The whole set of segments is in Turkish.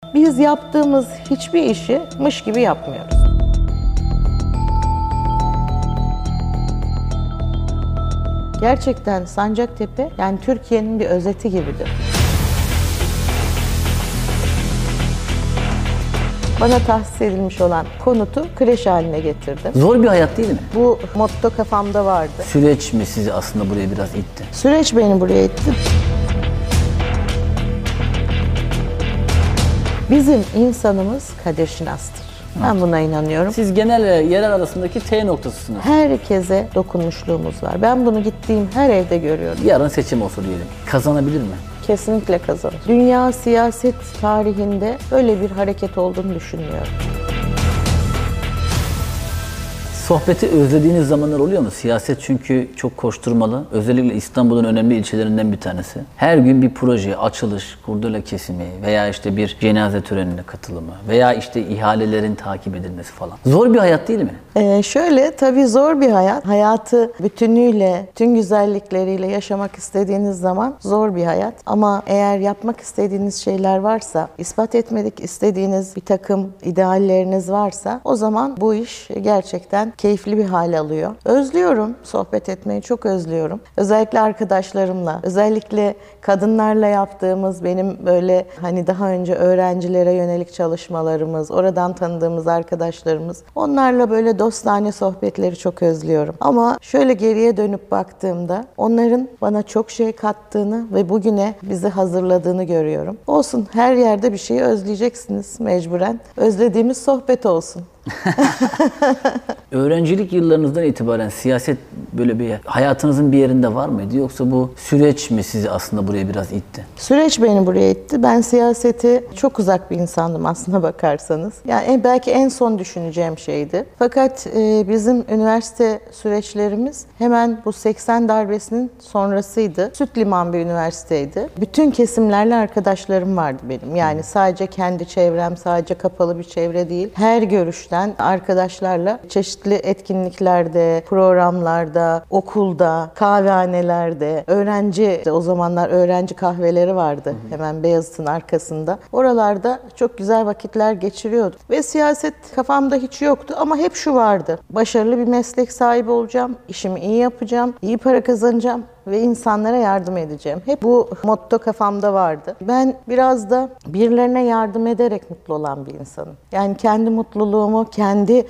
Biz yaptığımız hiçbir işi mış gibi yapmıyoruz. Gerçekten Sancaktepe yani Türkiye'nin bir özeti gibidir. Bana tahsis edilmiş olan konutu kreş haline getirdim. Zor bir hayat değil mi? Bu motto kafamda vardı. Süreç mi sizi aslında buraya biraz itti? Süreç beni buraya itti. Bizim insanımız kadir şinastır. Ben buna inanıyorum. Siz genel ve yerel arasındaki T noktasısınız. Herkese dokunmuşluğumuz var. Ben bunu gittiğim her evde görüyorum. Yarın seçim olsa diyelim. Kazanabilir mi? Kesinlikle kazanır. Dünya siyaset tarihinde böyle bir hareket olduğunu düşünmüyorum. Sohbeti özlediğiniz zamanlar oluyor mu? Siyaset çünkü çok koşturmalı. Özellikle İstanbul'un önemli ilçelerinden bir tanesi. Her gün bir proje, açılış, kurdele kesimi veya işte bir cenaze törenine katılımı veya işte ihalelerin takip edilmesi falan. Zor bir hayat değil mi? Tabii zor bir hayat. Hayatı bütünüyle, tüm güzellikleriyle yaşamak istediğiniz zaman zor bir hayat. Ama eğer yapmak istediğiniz şeyler varsa, ispat etmedik istediğiniz bir takım idealleriniz varsa o zaman bu iş gerçekten keyifli bir hal alıyor. Özlüyorum sohbet etmeyi, çok özlüyorum. Özellikle arkadaşlarımla, özellikle kadınlarla yaptığımız benim böyle hani daha önce öğrencilere yönelik çalışmalarımız, oradan tanıdığımız arkadaşlarımız, onlarla böyle dostane sohbetleri çok özlüyorum. Ama şöyle geriye dönüp baktığımda onların bana çok şey kattığını ve bugüne bizi hazırladığını görüyorum. Olsun, her yerde bir şeyi özleyeceksiniz mecburen. Özlediğimiz sohbet olsun. Öğrencilik yıllarınızdan itibaren siyaset böyle bir hayatınızın bir yerinde var mıydı? Yoksa bu süreç mi sizi aslında buraya biraz itti? Süreç beni buraya itti. Ben siyaseti çok uzak bir insandım aslına bakarsanız. Yani belki en son düşüneceğim şeydi. Fakat bizim üniversite süreçlerimiz hemen bu 80 darbesinin sonrasıydı. Süt liman bir üniversiteydi. Bütün kesimlerle arkadaşlarım vardı benim. Yani sadece kendi çevrem, sadece kapalı bir çevre değil. Her görüşten arkadaşlarla çeşitli etkinliklerde, programlarda, okulda, kahvehanelerde, o zamanlar öğrenci kahveleri vardı hemen Beyazıt'ın arkasında. Oralarda çok güzel vakitler geçiriyordum. Ve siyaset kafamda hiç yoktu ama hep şu vardı: başarılı bir meslek sahibi olacağım, işimi iyi yapacağım, iyi para kazanacağım ve insanlara yardım edeceğim. Hep bu motto kafamda vardı. Ben biraz da birilerine yardım ederek mutlu olan bir insanım. Yani kendi mutluluğumu, kendi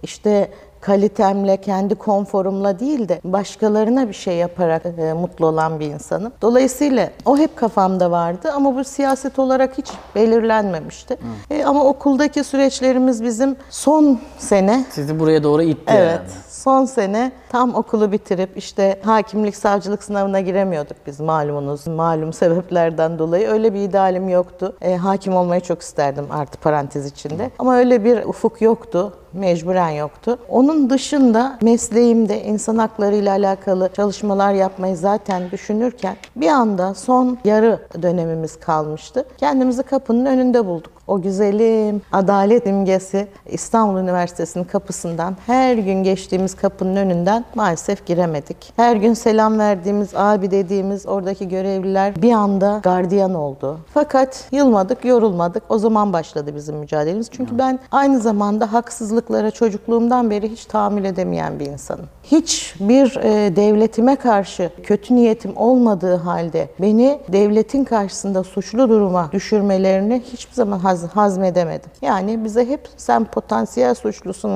kalitemle, kendi konforumla değil de başkalarına bir şey yaparak mutlu olan bir insanım. Dolayısıyla o hep kafamda vardı ama bu siyaset olarak hiç belirlenmemişti. Ama okuldaki süreçlerimiz bizim son sene... Sizi buraya doğru itti evet, yani. Son sene tam okulu bitirip hakimlik, savcılık sınavına giremiyorduk biz malumunuz. Malum sebeplerden dolayı öyle bir idealim yoktu. Hakim olmayı çok isterdim artı parantez içinde. Ama öyle bir ufuk yoktu. Mecburen yoktu. Onun dışında mesleğimde insan hakları ile alakalı çalışmalar yapmayı zaten düşünürken bir anda son yarı dönemimiz kalmıştı. Kendimizi kapının önünde bulduk. O güzelim adalet imgesi İstanbul Üniversitesi'nin kapısından her gün geçtiğimiz kapının önünden maalesef giremedik. Her gün selam verdiğimiz, abi dediğimiz oradaki görevliler bir anda gardiyan oldu. Fakat yılmadık, yorulmadık. O zaman başladı bizim mücadelemiz. Çünkü ben aynı zamanda haksızlıklara çocukluğumdan beri hiç tahammül edemeyen bir insanım. Hiçbir devletime karşı kötü niyetim olmadığı halde beni devletin karşısında suçlu duruma düşürmelerini hiçbir zaman hazmedemedim. Yani bize hep sen potansiyel suçlusun.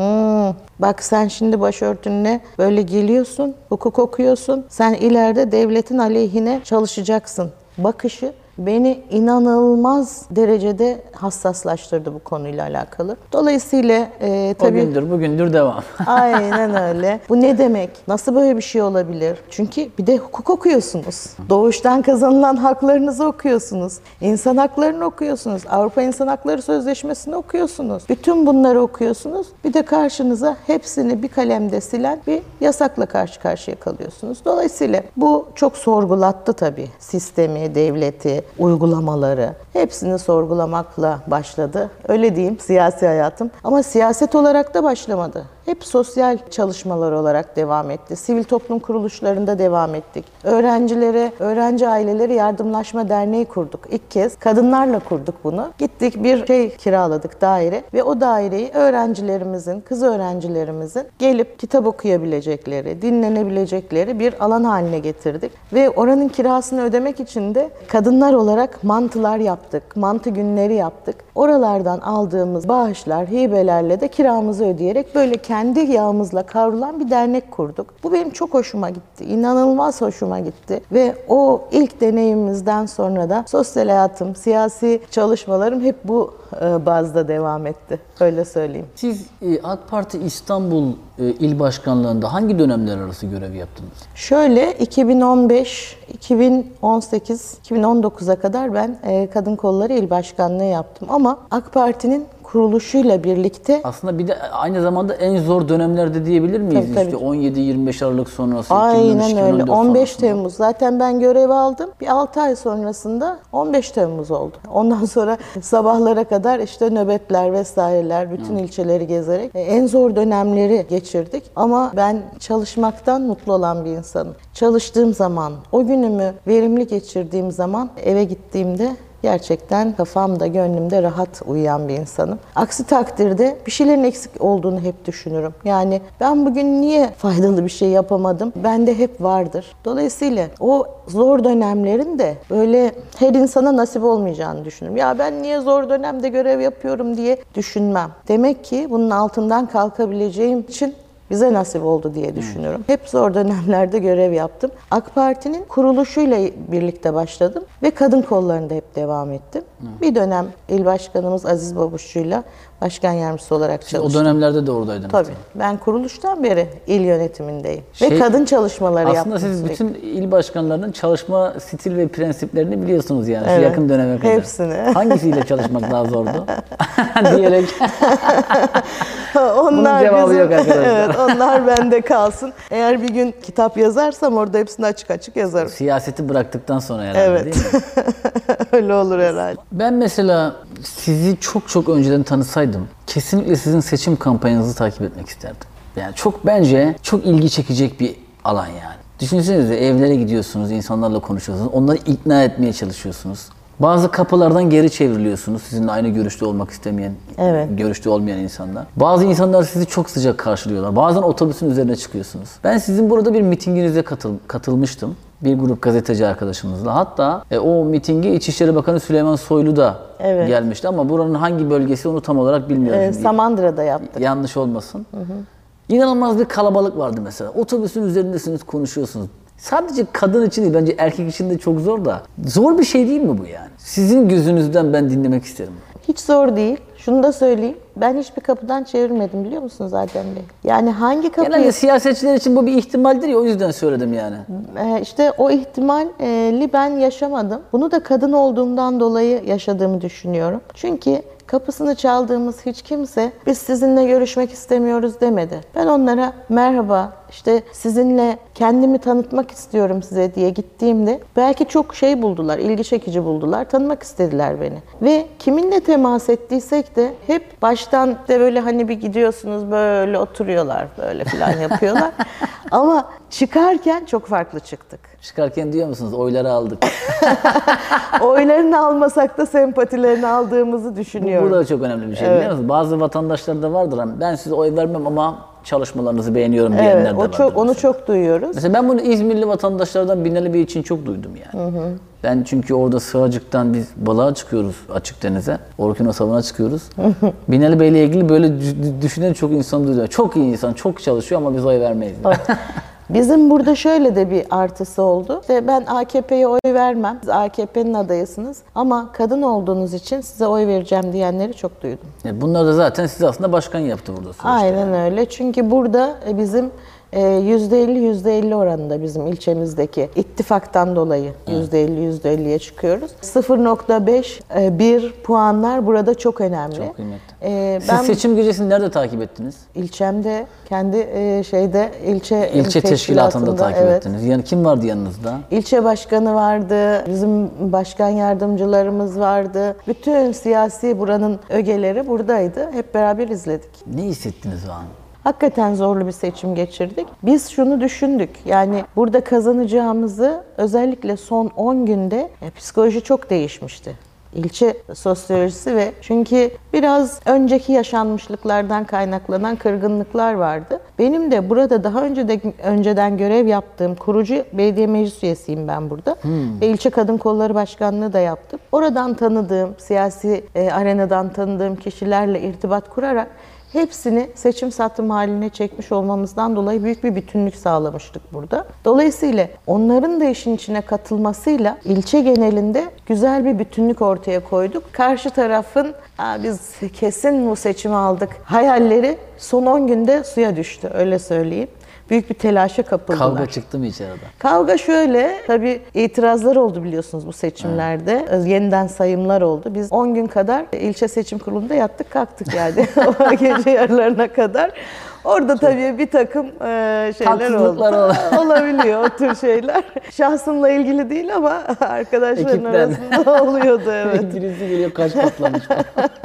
Bak sen şimdi başörtünle böyle geliyorsun, hukuk okuyorsun. Sen ileride devletin aleyhine çalışacaksın bakışı beni inanılmaz derecede hassaslaştırdı bu konuyla alakalı. Dolayısıyla tabii... O gündür, bugündür devam. Aynen öyle. Bu ne demek? Nasıl böyle bir şey olabilir? Çünkü bir de hukuk okuyorsunuz. Doğuştan kazanılan haklarınızı okuyorsunuz. İnsan haklarını okuyorsunuz. Avrupa İnsan Hakları Sözleşmesi'ni okuyorsunuz. Bütün bunları okuyorsunuz. Bir de karşınıza hepsini bir kalemde silen bir yasakla karşı karşıya kalıyorsunuz. Dolayısıyla bu çok sorgulattı tabii sistemi, devleti, uygulamaları. Hepsini sorgulamakla başladı. Öyle diyeyim siyasi hayatım. Ama siyaset olarak da başlamadı. hep sosyal çalışmalar olarak devam etti. Sivil toplum kuruluşlarında devam ettik. Öğrencilere, öğrenci aileleri yardımlaşma derneği kurduk. İlk kez kadınlarla kurduk bunu. Gittik bir kiraladık, daire ve o daireyi öğrencilerimizin, kız öğrencilerimizin gelip kitap okuyabilecekleri, dinlenebilecekleri bir alan haline getirdik. Ve oranın kirasını ödemek için de kadınlar olarak mantılar yaptık, mantı günleri yaptık. Oralardan aldığımız bağışlar, hibelerle de kiramızı ödeyerek böyle kendi yağımızla kavrulan bir dernek kurduk. Bu benim çok hoşuma gitti, inanılmaz hoşuma gitti. Ve o ilk deneyimimizden sonra da sosyal hayatım, siyasi çalışmalarım hep bu bazda devam etti. Öyle söyleyeyim. Siz AK Parti İstanbul İl Başkanlığı'nda hangi dönemler arası görev yaptınız? Şöyle 2015, 2018, 2019'a kadar ben Kadın Kolları İl Başkanlığı yaptım. Ama AK Parti'nin kuruluşuyla birlikte Aslında bir de aynı zamanda en zor dönemlerde diyebilir miyiz? Tabii. İşte 17-25 Aralık sonrası, aynen 2013-2014 öyle. 15 sonrasında. Temmuz. Zaten ben görev aldım. Bir 6 ay sonrasında 15 Temmuz oldu. Ondan sonra sabahlara kadar işte nöbetler vesaireler, bütün ilçeleri gezerek en zor dönemleri geçirdik. Ama ben çalışmaktan mutlu olan bir insanım. Çalıştığım zaman, o günümü verimli geçirdiğim zaman eve gittiğimde gerçekten kafamda, gönlümde rahat uyuyan bir insanım. Aksi takdirde bir şeylerin eksik olduğunu hep düşünürüm. Yani ben bugün niye faydalı bir şey yapamadım? Bende hep vardır. Dolayısıyla o zor dönemlerin de böyle her insana nasip olmayacağını düşünürüm. Ya ben niye zor dönemde görev yapıyorum diye düşünmem. Demek ki bunun altından kalkabileceğim için bize nasip oldu diye düşünüyorum. Hep zor dönemlerde görev yaptım. AK Parti'nin kuruluşuyla birlikte başladım ve kadın kollarında hep devam ettim. Bir dönem il başkanımız Aziz Babuşçu'yla başkan yardımcısı olarak çalıştım. O dönemlerde de oradaydınız. Tabii. Ben kuruluştan beri il yönetimindeyim. Ve kadın çalışmaları yaptım. Aslında siz sürekli. bütün il başkanlarının çalışma stil ve prensiplerini biliyorsunuz yani şu Evet. yakın döneme kadar. Hepsini. Hangisiyle çalışmak daha zordu? Diyerek. Onlar Bunun cevabı yok arkadaşlar. Evet, onlar bende kalsın. Eğer bir gün kitap yazarsam orada hepsini açık açık yazarım. Siyaseti bıraktıktan sonra herhalde Evet. değil mi? Öyle olur herhalde. Ben mesela sizi çok önceden tanısaydım kesinlikle sizin seçim kampanyanızı takip etmek isterdim. Yani bence çok ilgi çekecek bir alan yani. Düşünsenize evlere gidiyorsunuz, insanlarla konuşuyorsunuz, onları ikna etmeye çalışıyorsunuz. Bazı kapılardan geri çevriliyorsunuz sizinle aynı görüşte olmak istemeyen, Evet. görüşte olmayan insanlar. Bazı insanlar sizi çok sıcak karşılıyorlar. Bazen otobüsün üzerine çıkıyorsunuz. Ben sizin burada bir mitinginize katılmıştım. Bir grup gazeteci arkadaşımızla. Hatta o mitinge İçişleri Bakanı Süleyman Soylu da gelmişti ama buranın hangi bölgesi onu tam olarak bilmiyorum. Samandıra'da yaptık. Yanlış olmasın. İnanılmaz bir kalabalık vardı mesela. Otobüsün üzerindesiniz, konuşuyorsunuz. Sadece kadın için değil, bence erkek için de çok zor da. Zor bir şey değil mi bu yani? Sizin gözünüzden ben dinlemek isterim. Hiç zor değil. Şunu da söyleyeyim. Ben hiçbir kapıdan çevirmedim biliyor musunuz Adem Bey? Yani hangi kapıyı... Genelde siyasetçiler için bu bir ihtimaldir ya o yüzden söyledim yani. İşte o ihtimali ben yaşamadım. Bunu da kadın olduğumdan dolayı yaşadığımı düşünüyorum. Çünkü kapısını çaldığımız hiç kimse biz sizinle görüşmek istemiyoruz demedi. Ben onlara merhaba işte sizinle kendimi tanıtmak istiyorum size diye gittiğimde belki çok buldular, ilgi çekici buldular, tanımak istediler beni. Ve kiminle temas ettiysek de hep baştan de böyle hani bir gidiyorsunuz böyle oturuyorlar böyle falan yapıyorlar. Ama çıkarken çok farklı çıktık. Çıkarken diyor musunuz oyları aldık. Oylarını almasak da sempatilerini aldığımızı düşünüyorum. Bu da çok önemli bir şey biliyor musunuz? Bazı vatandaşlar da vardır hani ben size oy vermem ama çalışmalarınızı beğeniyorum diyenler de vardır. Onu çok duyuyoruz. Mesela ben bunu İzmirli vatandaşlardan Binali Bey için çok duydum yani. Ben çünkü orada Sığacık'tan biz balığa çıkıyoruz açık denize. Orkinos avına çıkıyoruz. Binali Bey'le ilgili böyle düşünen çok insan duydum. Çok iyi insan, çok çalışıyor ama biz oy vermeyiz. Bizim burada şöyle de bir artısı oldu. İşte ben AKP'ye oy vermem. Siz AKP'nin adayısınız ama kadın olduğunuz için size oy vereceğim diyenleri çok duydum. Bunlar da zaten sizi aslında başkan yaptı burada sonuçta. Aynen öyle. Çünkü burada bizim %50 oranında bizim ilçemizdeki ittifaktan dolayı %50'ye çıkıyoruz. 0,5 puanlar burada çok önemli. Çok kıymetli. Ben Siz seçim gecesini nerede takip ettiniz? ilçemde kendi İlçe teşkilatında takip ettiniz. Yani kim vardı yanınızda? İlçe başkanı vardı, bizim başkan yardımcılarımız vardı. Bütün siyasi buranın ögeleri buradaydı. Hep beraber izledik. Ne hissettiniz o an? Hakikaten zorlu bir seçim geçirdik. Biz şunu düşündük. Yani burada kazanacağımızı özellikle son 10 günde psikoloji çok değişmişti. İlçe sosyolojisi ve çünkü biraz önceki yaşanmışlıklardan kaynaklanan kırgınlıklar vardı. Benim de burada daha önceden görev yaptığım kurucu belediye meclis üyesiyim ben burada. Ve ilçe kadın kolları başkanlığı da yaptım. Oradan tanıdığım, siyasi arenadan tanıdığım kişilerle irtibat kurarak hepsini seçim satım haline çekmiş olmamızdan dolayı büyük bir bütünlük sağlamıştık burada. Dolayısıyla onların da işin içine katılmasıyla ilçe genelinde güzel bir bütünlük ortaya koyduk. Karşı tarafın biz kesin bu seçimi aldık hayalleri son 10 günde suya düştü, öyle söyleyeyim. Büyük bir telaşa kapıldılar. Kavga çıktı mı içeride? Kavga şöyle, tabii itirazlar oldu biliyorsunuz bu seçimlerde. Evet. Yeniden sayımlar oldu. Biz 10 gün kadar ilçe seçim kurulunda yattık kalktık yani o gece yarılarına kadar. Orada tabii bir takım şeyler oldu. Olabiliyor o tür şeyler. Şahsımla ilgili değil ama arkadaşların arasında oluyordu, evet. Birisi geliyor kaç patlamış falan.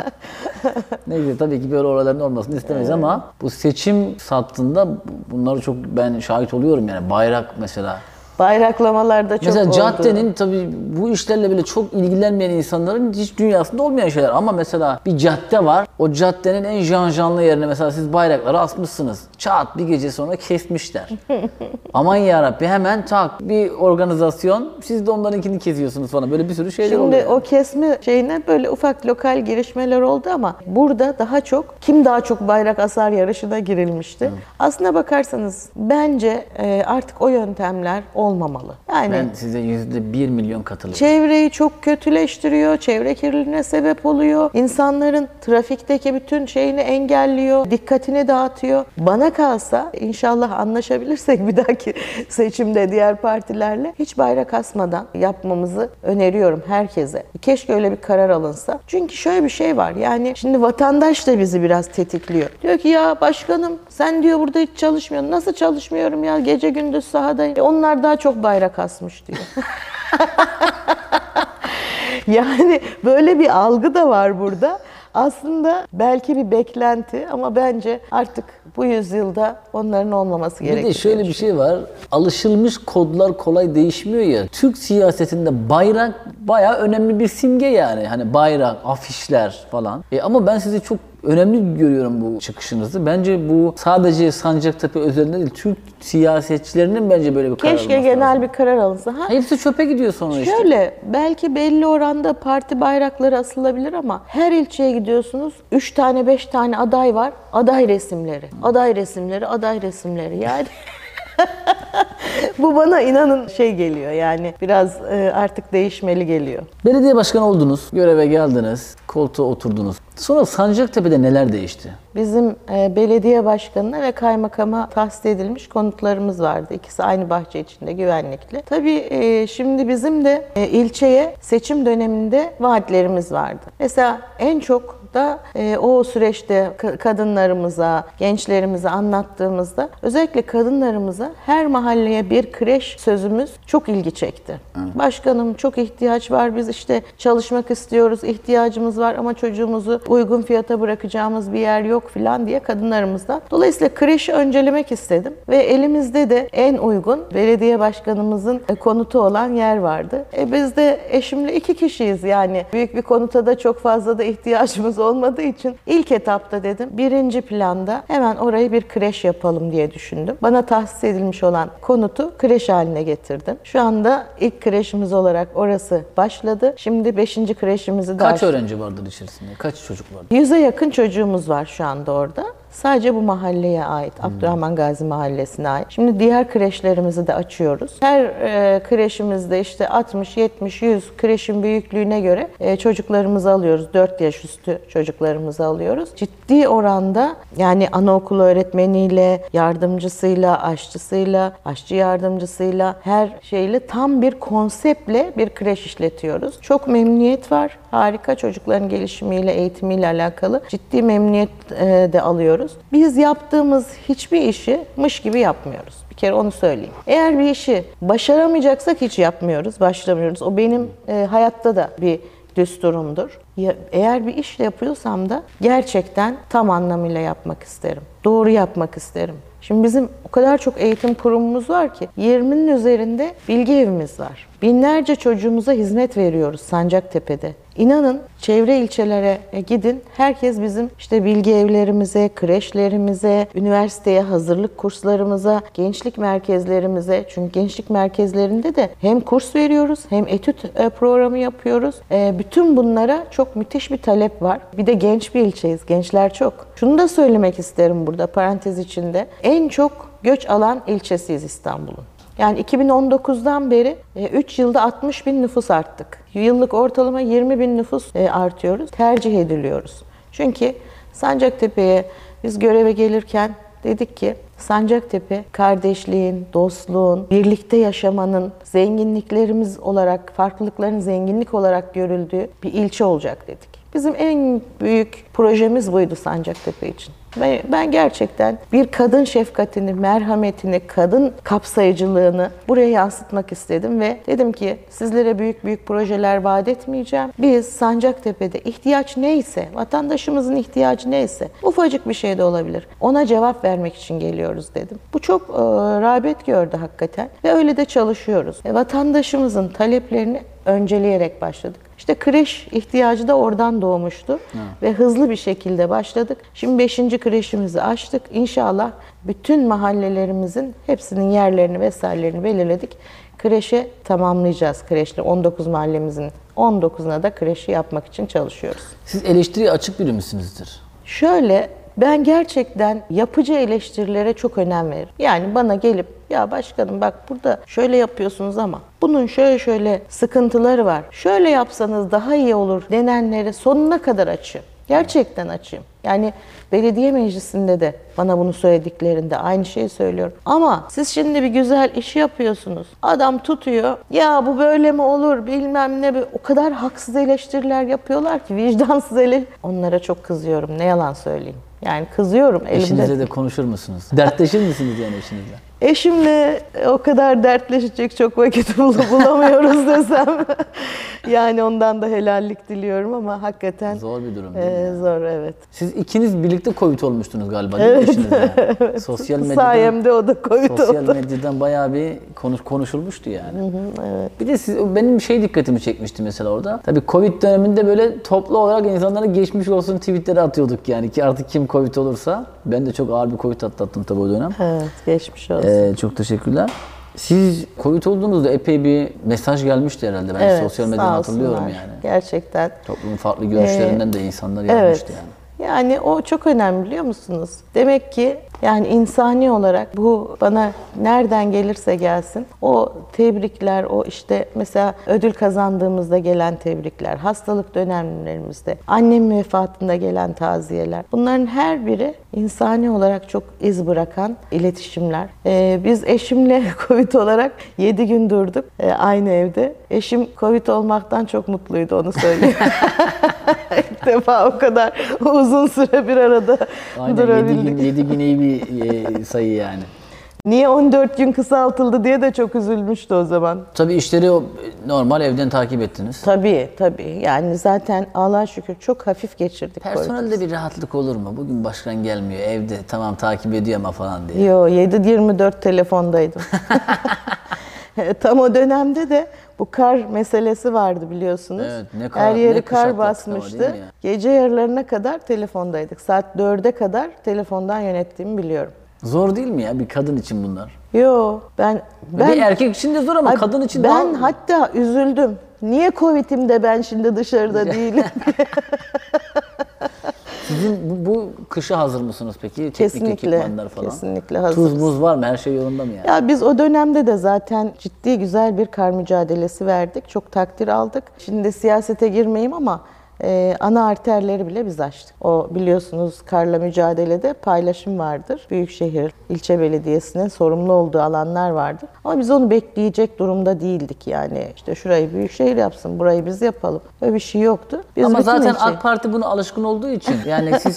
Neyse, tabii ki böyle olayların olmasını istemeyiz ama bu seçim sattığında bunları çok ben şahit oluyorum yani. Bayrak mesela. Bayraklamalar da çok mesela oldu. caddenin tabii bu işlerle bile çok ilgilenmeyen insanların hiç dünyasında olmayan şeyler. Ama mesela bir cadde var. O caddenin en janjanlı yerine mesela siz bayrakları asmışsınız. Çat bir gece sonra kesmişler. Aman yarabbi, hemen tak bir organizasyon. Siz de onlarınkini kesiyorsunuz falan. Böyle bir sürü şeyler oluyor. Şimdi o kesme şeyine böyle ufak lokal girişmeler oldu ama burada daha çok kim daha çok bayrak asar yarışına girilmişti. Aslına bakarsanız bence artık o yöntemler olmamalı. Yani ben size %1 milyon katılıyorum. Çevreyi çok kötüleştiriyor, çevre kirliliğine sebep oluyor. İnsanların trafikteki bütün şeyini engelliyor, dikkatini dağıtıyor. Bana kalsa inşallah anlaşabilirsek bir dahaki seçimde diğer partilerle hiç bayrak asmadan yapmamızı öneriyorum herkese. Keşke öyle bir karar alınsa. Çünkü şöyle bir şey var. Yani şimdi vatandaş da bizi biraz tetikliyor. Diyor ki ya başkanım sen diyor burada hiç çalışmıyorsun. Nasıl çalışmıyorum ya? Gece gündüz sahadayım. Onlar daha çok bayrak asmış diyor. Yani böyle bir algı da var burada. Aslında belki bir beklenti ama bence artık bu yüzyılda onların olmaması gerekiyor. Bir de şöyle bir şey var. Alışılmış kodlar kolay değişmiyor ya. Türk siyasetinde bayrak bayağı önemli bir simge yani. Hani bayrak, afişler falan. Ama ben sizi çok önemli görüyorum bu çıkışınızı. Bence bu sadece Sancaktepe özelinde değil, Türk siyasetçilerinin bence böyle bir karar alması Keşke genel lazım. bir karar alınsa. Hepsi çöpe gidiyor sonra işte. Şöyle, belki belli oranda parti bayrakları asılabilir ama her ilçeye gidiyorsunuz 3 tane 5 tane aday var. Aday resimleri. Aday resimleri, aday resimleri yani. Bu bana inanın şey geliyor yani biraz artık değişmeli geliyor. Belediye başkanı oldunuz, göreve geldiniz, koltuğa oturdunuz. Sonra Sancaktepe'de neler değişti? Bizim belediye başkanına ve kaymakama tahsis edilmiş konutlarımız vardı. İkisi aynı bahçe içinde, güvenlikli. Tabii şimdi bizim de ilçeye seçim döneminde vaatlerimiz vardı. Mesela en çok da o süreçte kadınlarımıza, gençlerimize anlattığımızda özellikle kadınlarımıza her mahalleye bir kreş sözümüz çok ilgi çekti. Başkanım çok ihtiyaç var, biz işte çalışmak istiyoruz, ihtiyacımız var ama çocuğumuzu uygun fiyata bırakacağımız bir yer yok filan diye kadınlarımızdan. Dolayısıyla kreşi öncelemek istedim ve elimizde de en uygun belediye başkanımızın konutu olan yer vardı. Biz de eşimle 2 kişiyiz yani büyük bir konuta da çok fazla da ihtiyacımız olmadığı için ilk etapta dedim birinci planda hemen orayı bir kreş yapalım diye düşündüm. Bana tahsis edilmiş olan konutu kreş haline getirdim. Şu anda ilk kreşimiz olarak orası başladı. Şimdi 5. kreşimizi de Kaç açtık. öğrenci vardır içerisinde? Kaç çocuk vardır? 100'e yakın çocuğumuz var şu anda orada. Sadece bu mahalleye ait, Abdurrahman Gazi Mahallesi'ne ait. Şimdi diğer kreşlerimizi de açıyoruz. Her kreşimizde işte 60, 70, 100 kreşin büyüklüğüne göre çocuklarımızı alıyoruz. 4 yaş üstü çocuklarımızı alıyoruz. Ciddi oranda yani anaokulu öğretmeniyle, yardımcısıyla, aşçısıyla, aşçı yardımcısıyla her şeyle tam bir konseptle bir kreş işletiyoruz. Çok memnuniyet var. Harika, çocukların gelişimiyle, eğitimiyle alakalı ciddi memnuniyet de alıyoruz. Biz yaptığımız hiçbir işi mış gibi yapmıyoruz. Bir kere onu söyleyeyim. Eğer bir işi başaramayacaksak hiç yapmıyoruz, başlamıyoruz. O benim hayatta da bir düsturumdur. Eğer bir iş yapıyorsam da gerçekten tam anlamıyla yapmak isterim. Doğru yapmak isterim. Şimdi bizim o kadar çok eğitim kurumumuz var ki 20'nin üzerinde bilgi evimiz var. Binlerce çocuğumuza hizmet veriyoruz Sancaktepe'de. İnanın çevre ilçelere gidin, herkes bizim işte bilgi evlerimize, kreşlerimize, üniversiteye hazırlık kurslarımıza, gençlik merkezlerimize, çünkü gençlik merkezlerinde de hem kurs veriyoruz hem etüt programı yapıyoruz. Bütün bunlara çok müthiş bir talep var. Bir de genç bir ilçeyiz, gençler çok. Şunu da söylemek isterim burada parantez içinde. En çok göç alan ilçesiyiz İstanbul'un. Yani 2019'dan beri 3 yılda 60 bin nüfus arttık. Yıllık ortalama 20 bin nüfus artıyoruz. Tercih ediliyoruz. Çünkü Sancaktepe'ye biz göreve gelirken dedik ki Sancaktepe kardeşliğin, dostluğun, birlikte yaşamanın, zenginliklerimiz olarak, farklılıkların zenginlik olarak görüldüğü bir ilçe olacak dedik. Bizim en büyük projemiz buydu Sancaktepe için. Ve ben gerçekten bir kadın şefkatini, merhametini, kadın kapsayıcılığını buraya yansıtmak istedim ve dedim ki sizlere büyük büyük projeler vaat etmeyeceğim. Biz Sancaktepe'de ihtiyaç neyse, vatandaşımızın ihtiyacı neyse, ufacık bir şey de olabilir. Ona cevap vermek için geliyoruz dedim. Bu çok rağbet gördü hakikaten ve öyle de çalışıyoruz. Vatandaşımızın taleplerini önceleyerek başladık. İşte kreş ihtiyacı da oradan doğmuştu ve hızlı bir şekilde başladık. Şimdi 5. kreşimizi açtık. İnşallah bütün mahallelerimizin hepsinin yerlerini vesairelerini belirledik. Kreşe tamamlayacağız kreşle. 19 mahallemizin 19'una da kreşi yapmak için çalışıyoruz. Siz eleştiriye açık biri misinizdir? Şöyle, ben gerçekten yapıcı eleştirilere çok önem veririm. Yani bana gelip ya başkanım bak burada şöyle yapıyorsunuz ama bunun şöyle şöyle sıkıntıları var. Şöyle yapsanız daha iyi olur denenleri sonuna kadar açığım. Gerçekten açığım. Yani belediye meclisinde de bana bunu söylediklerinde aynı şeyi söylüyorum. Ama siz şimdi bir güzel iş yapıyorsunuz. Adam tutuyor. Ya bu böyle mi olur bilmem ne. O kadar haksız eleştiriler yapıyorlar ki vicdansız onlara çok kızıyorum. Ne yalan söyleyeyim. Yani kızıyorum elimde. Eşinizle de konuşur musunuz? Dertleşir misiniz yani eşinizle? Eşimle o kadar dertleşecek çok vakit bulamıyoruz desem. Yani ondan da helallik diliyorum ama hakikaten zor bir durum değil mi? Zor, evet. Siz ikiniz birlikte Covid olmuştunuz galiba değil mi eşinizle? Evet. Sosyal medyadan, sayemde o da Covid sosyal oldu. medyadan bayağı bir konuşulmuştu yani. Evet. Bir de benim dikkatimi çekmişti mesela orada. Tabii Covid döneminde böyle toplu olarak insanlara geçmiş olsun tweetleri atıyorduk yani ki artık kim Covid olursa. Ben de çok ağır bir Covid atlattım tabii o dönem. Evet, geçmiş olsun. Çok teşekkürler. Siz Covid olduğunuzda epey bir mesaj gelmişti herhalde. Ben Evet, sosyal medyadan hatırlıyorum yani. Gerçekten. Toplumun farklı görüşlerinden de insanlar yazmıştı yani. Yani o çok önemli biliyor musunuz? Demek ki yani insani olarak bu bana nereden gelirse gelsin o tebrikler, o işte mesela ödül kazandığımızda gelen tebrikler, hastalık dönemlerimizde, annemin vefatında gelen taziyeler bunların her biri insani olarak çok iz bırakan iletişimler. Biz eşimle Covid olarak 7 gün durduk aynı evde. Eşim Covid olmaktan çok mutluydu onu söyleyeyim. İlk defa o kadar uzun süre bir arada durabildik. 7 gün iyi bir sayı yani. Niye 14 gün kısaltıldı diye de çok üzülmüştü o zaman. Tabii işleri normal evden takip ettiniz. Tabii. Yani zaten Allah'a şükür çok hafif geçirdik. Personelde bir rahatlık olur mu? Bugün başkan gelmiyor evde tamam takip ediyor ama falan diye. Yo 7/24 telefondaydım. Tam o dönemde de bu kar meselesi vardı biliyorsunuz. Evet, her yeri kış kar atlattık basmıştı. ama, Gece yarılarına kadar telefondaydık. Saat 4'e kadar telefondan yönettiğimi biliyorum. Zor değil mi ya bir kadın için bunlar? Yo ben bir erkek için de zor ama kadın için ben daha... Ben hatta üzüldüm. Niye Covid'im de ben şimdi dışarıda değilim? Sizin bu kışa hazır mısınız peki? Teknik Kesinlikle, ekipmanlar falan. kesinlikle hazırız. Tuz muz var mı? Her şey yolunda mı yani? Ya biz o dönemde de zaten ciddi güzel bir kar mücadelesi verdik. Çok takdir aldık. Şimdi siyasete girmeyeyim ama ana arterleri bile biz açtık. O biliyorsunuz karla mücadelede paylaşım vardır. Büyükşehir ilçe belediyesinin sorumlu olduğu alanlar vardır. Ama biz onu bekleyecek durumda değildik yani. İşte şurayı Büyükşehir yapsın, burayı biz yapalım. Öyle bir şey yoktu. Biz ama zaten ilçe... AK Parti buna alışkın olduğu için yani siz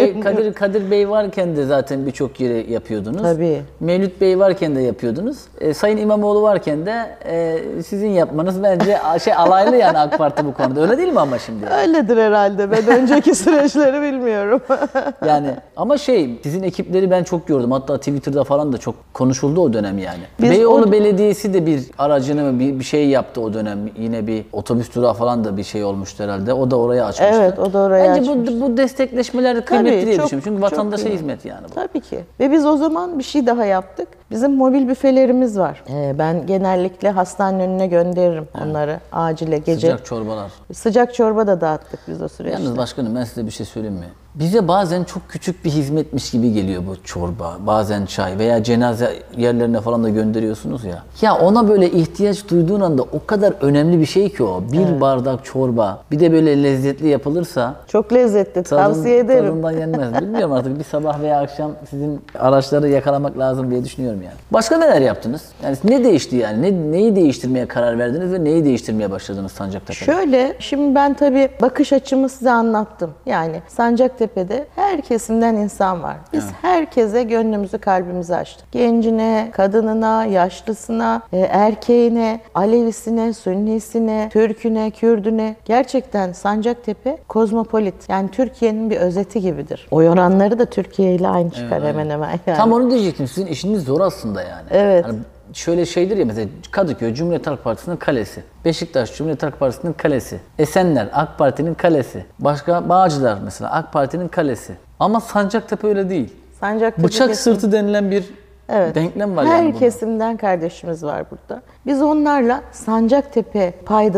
Kadir Bey varken de zaten birçok yeri yapıyordunuz. Tabii. Mevlüt Bey varken de yapıyordunuz. Sayın İmamoğlu varken de sizin yapmanız bence alaylı yani AK Parti bu konuda. Öyle değil mi ama şimdi? Öyledir herhalde. Ben önceki süreçleri bilmiyorum. Yani ama sizin ekipleri ben çok gördüm. Hatta Twitter'da falan da çok konuşuldu o dönem yani. Beyoğlu Belediyesi de bir aracını bir şey yaptı o dönem. Yine bir otobüs durağı falan da bir şey olmuştu herhalde. O da oraya açmıştı. Evet, o da oraya Bence açmıştı. bu destekleşmeler kıymetli diye düşünüyorum. Çünkü vatandaşa iyi. hizmet yani bu. Tabii ki. Ve biz o zaman bir şey daha yaptık. Bizim mobil büfelerimiz var. Ben genellikle hastanenin önüne gönderirim onları. Acile gece. Sıcak çorbalar. Sıcak çorba da dağıttık biz o süreçte. Yalnız başkanım ben size bir şey söyleyeyim mi? Bize bazen çok küçük bir hizmetmiş gibi geliyor bu çorba, bazen çay veya cenaze yerlerine falan da gönderiyorsunuz ya. Ya ona böyle ihtiyaç duyduğun anda o kadar önemli bir şey ki o. Bir bardak çorba, bir de böyle lezzetli yapılırsa. Çok lezzetli, tavsiye ederim. Tadından yenmez. Bilmiyorum artık bir sabah veya akşam sizin araçları yakalamak lazım diye düşünüyorum yani. Başka neler yaptınız? Yani ne değişti yani? Neyi değiştirmeye karar verdiniz ve neyi değiştirmeye başladınız Sancaktepe'de? Şöyle, şimdi ben tabii bakış açımı size anlattım. Yani Sancaktepe'de her kesimden insan var. Biz herkese gönlümüzü, kalbimizi açtık. Gencine, kadınına, yaşlısına, erkeğine, Alevisine, Sünnisine, Türküne, Kürdüne. Gerçekten Sancaktepe kozmopolit. Yani Türkiye'nin bir özeti gibidir. Oy oranları da Türkiye ile aynı çıkar hemen hemen. Yani. Tam onu diyecektim. Sizin işiniz zor aslında yani. Evet. Hani şöyle şeydir ya mesela Kadıköy Cumhuriyet Halk Partisi'nin kalesi. Beşiktaş Cumhuriyet Halk Partisi'nin kalesi. Esenler AK Parti'nin kalesi. Başka Bağcılar mesela AK Parti'nin kalesi. Ama Sancaktepe öyle değil. Sancaktepe Bıçak sırtı denilen bir denklem var her yani burada. kesimden kardeşimiz var burada. Biz onlarla Sancaktepe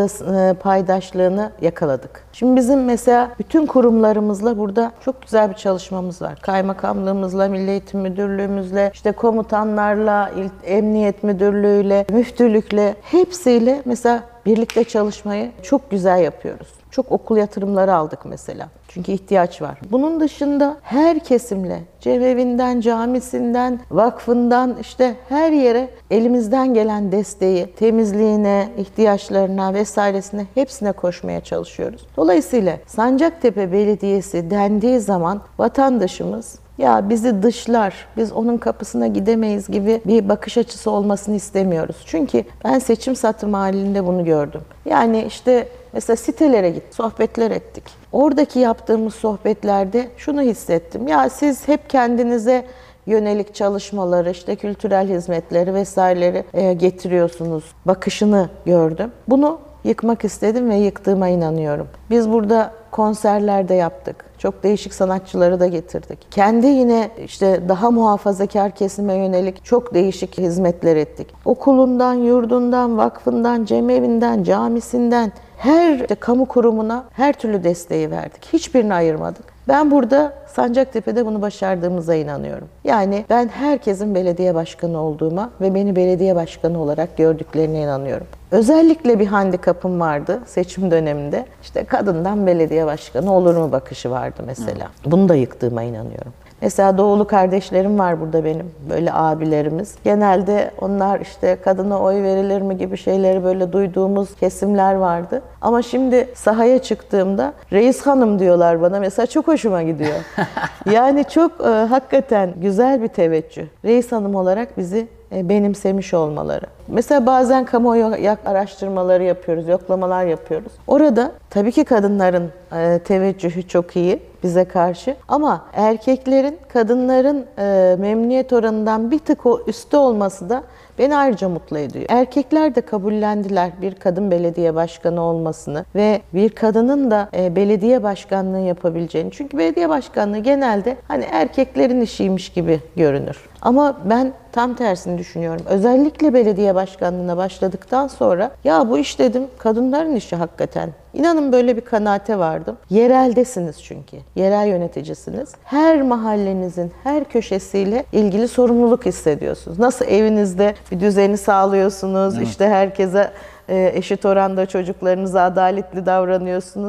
paydaşlığını yakaladık. Şimdi bizim mesela bütün kurumlarımızla burada çok güzel bir çalışmamız var. Kaymakamlığımızla, Milli Eğitim Müdürlüğümüzle, işte komutanlarla, Emniyet Müdürlüğüyle, müftülükle hepsiyle mesela birlikte çalışmayı çok güzel yapıyoruz. Çok okul yatırımları aldık mesela. Çünkü ihtiyaç var. Bunun dışında her kesimle, cemevinden, camisinden, vakfından işte her yere elimizden gelen desteği, temizliğine, ihtiyaçlarına vesairesine hepsine koşmaya çalışıyoruz. Dolayısıyla Sancaktepe Belediyesi dendiği zaman vatandaşımız ya bizi dışlar, biz onun kapısına gidemeyiz gibi bir bakış açısı olmasını istemiyoruz. Çünkü ben seçim satım halinde bunu gördüm. Yani işte mesela sitelere gittik, sohbetler ettik. Oradaki yaptığımız sohbetlerde şunu hissettim. Ya siz hep kendinize yönelik çalışmaları, işte kültürel hizmetleri vesaireleri getiriyorsunuz. Bakışını gördüm. Bunu yıkmak istedim ve yıktığıma inanıyorum. Biz burada konserler de yaptık. Çok değişik sanatçıları da getirdik. Kendi yine işte daha muhafazakar kesime yönelik çok değişik hizmetler ettik. Okulundan, yurdundan, vakfından, cemevinden, camisinden her kamu kurumuna her türlü desteği verdik. Hiçbirini ayırmadık. Ben burada Sancaktepe'de bunu başardığımıza inanıyorum. Yani ben herkesin belediye başkanı olduğuma ve beni belediye başkanı olarak gördüklerine inanıyorum. Özellikle bir handikapım vardı seçim döneminde. İşte kadından belediye başkanı olur mu bakışı vardı mesela. Bunu da yıktığıma inanıyorum. Mesela doğulu kardeşlerim var burada benim, böyle abilerimiz. Genelde onlar işte kadına oy verilir mi gibi şeyleri böyle duyduğumuz kesimler vardı. Ama şimdi sahaya çıktığımda reis hanım diyorlar bana. Mesela çok hoşuma gidiyor. Yani çok hakikaten güzel bir teveccüh. Reis hanım olarak bizi benimsemiş olmaları. Mesela bazen kamuoyu araştırmaları yapıyoruz, yoklamalar yapıyoruz. Orada tabii ki kadınların teveccühü çok iyi bize karşı ama erkeklerin kadınların memnuniyet oranından bir tık üstte olması da beni ayrıca mutlu ediyor. Erkekler de kabullendiler bir kadın belediye başkanı olmasını ve bir kadının da belediye başkanlığı yapabileceğini. Çünkü belediye başkanlığı genelde hani erkeklerin işiymiş gibi görünür. Ama ben tam tersini düşünüyorum. Özellikle belediye başkanlığına başladıktan sonra ya bu iş dedim kadınların işi hakikaten. İnanın böyle bir kanaate vardım. Yereldesiniz çünkü. Yerel yöneticisiniz. Her mahallenizin her köşesiyle ilgili sorumluluk hissediyorsunuz. Nasıl evinizde bir düzeni sağlıyorsunuz. Evet. İşte herkese eşit oranda çocuklarınıza adaletli davranıyorsunuz.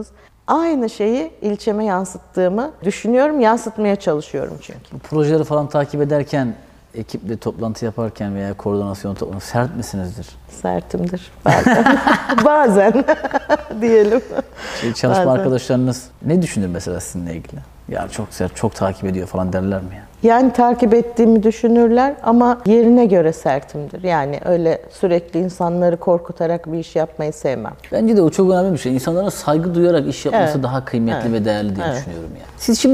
Aynı şeyi ilçeme yansıttığımı düşünüyorum. Yansıtmaya çalışıyorum çünkü. Bu projeleri falan takip ederken, ekiple toplantı yaparken veya koordinasyon toplantı sert misinizdir? Sertimdir bazen. Bazen diyelim. Çalışma Bazen. arkadaşlarınız ne düşünür mesela sizinle ilgili? Ya çok sert, çok takip ediyor falan derler mi ya? Yani takip ettiğimi düşünürler ama yerine göre sertimdir. Yani öyle sürekli insanları korkutarak bir iş yapmayı sevmem. Bence de o çok önemli bir şey. İnsanlara saygı duyarak iş yapması Evet. daha kıymetli ve değerli diye Evet. düşünüyorum yani. Siz şimdi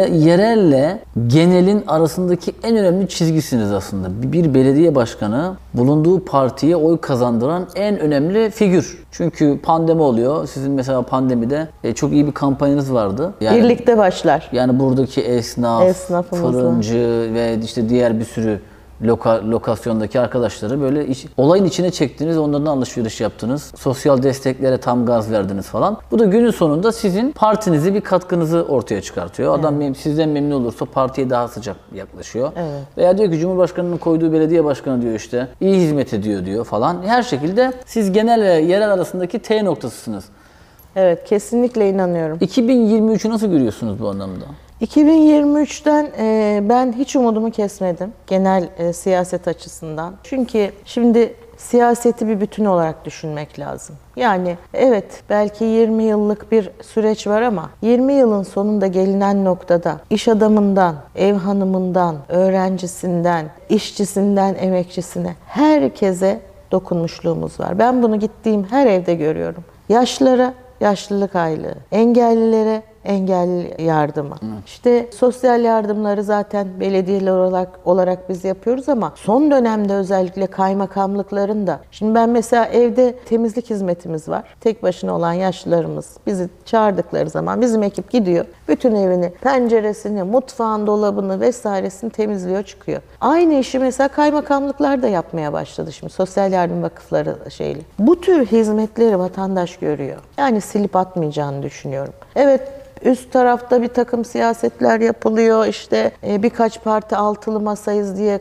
yerelle genelin arasındaki en önemli çizgisiniz aslında. Bir belediye başkanı bulunduğu partiye oy kazandıran en önemli figür. Çünkü pandemi oluyor. Sizin mesela pandemide çok iyi bir kampanyanız vardı. Yani, Birlikte başlar. yani buradaki Esnafımızla. fırıncı ve işte diğer bir sürü lokasyondaki arkadaşları böyle olayın içine çektiniz, onlardan alışveriş yaptınız. Sosyal desteklere tam gaz verdiniz falan. Bu da günün sonunda sizin partinizi bir katkınızı ortaya çıkartıyor. Adam sizden memnun olursa partiye daha sıcak yaklaşıyor. Evet. Veya diyor ki Cumhurbaşkanı'nın koyduğu belediye başkanı diyor işte iyi hizmet ediyor diyor falan. Her şekilde siz genel ve yerel arasındaki T noktasısınız. Evet, kesinlikle inanıyorum. 2023'ü nasıl görüyorsunuz bu anlamda? 2023'ten ben hiç umudumu kesmedim genel siyaset açısından. Çünkü şimdi siyaseti bir bütün olarak düşünmek lazım. Yani evet belki 20 yıllık bir süreç var ama 20 yılın sonunda gelinen noktada iş adamından, ev hanımından, öğrencisinden, işçisinden, emekçisine herkese dokunmuşluğumuz var. Ben bunu gittiğim her evde görüyorum. Yaşlılara yaşlılık aylığı, engellilere engelli yardımı. İşte sosyal yardımları zaten belediyeler olarak biz yapıyoruz ama son dönemde özellikle kaymakamlıkların da. Şimdi ben mesela evde temizlik hizmetimiz var. Tek başına olan yaşlılarımız bizi çağırdıkları zaman bizim ekip gidiyor. Bütün evini, penceresini, mutfağın, dolabını vesairesini temizliyor çıkıyor. Aynı işi mesela kaymakamlıklar da yapmaya başladı şimdi. Sosyal yardım vakıfları şeyli. Bu tür hizmetleri vatandaş görüyor. Yani silip atmayacağını düşünüyorum. Evet, üst tarafta bir takım siyasetler yapılıyor. İşte birkaç parti altılı masayız diye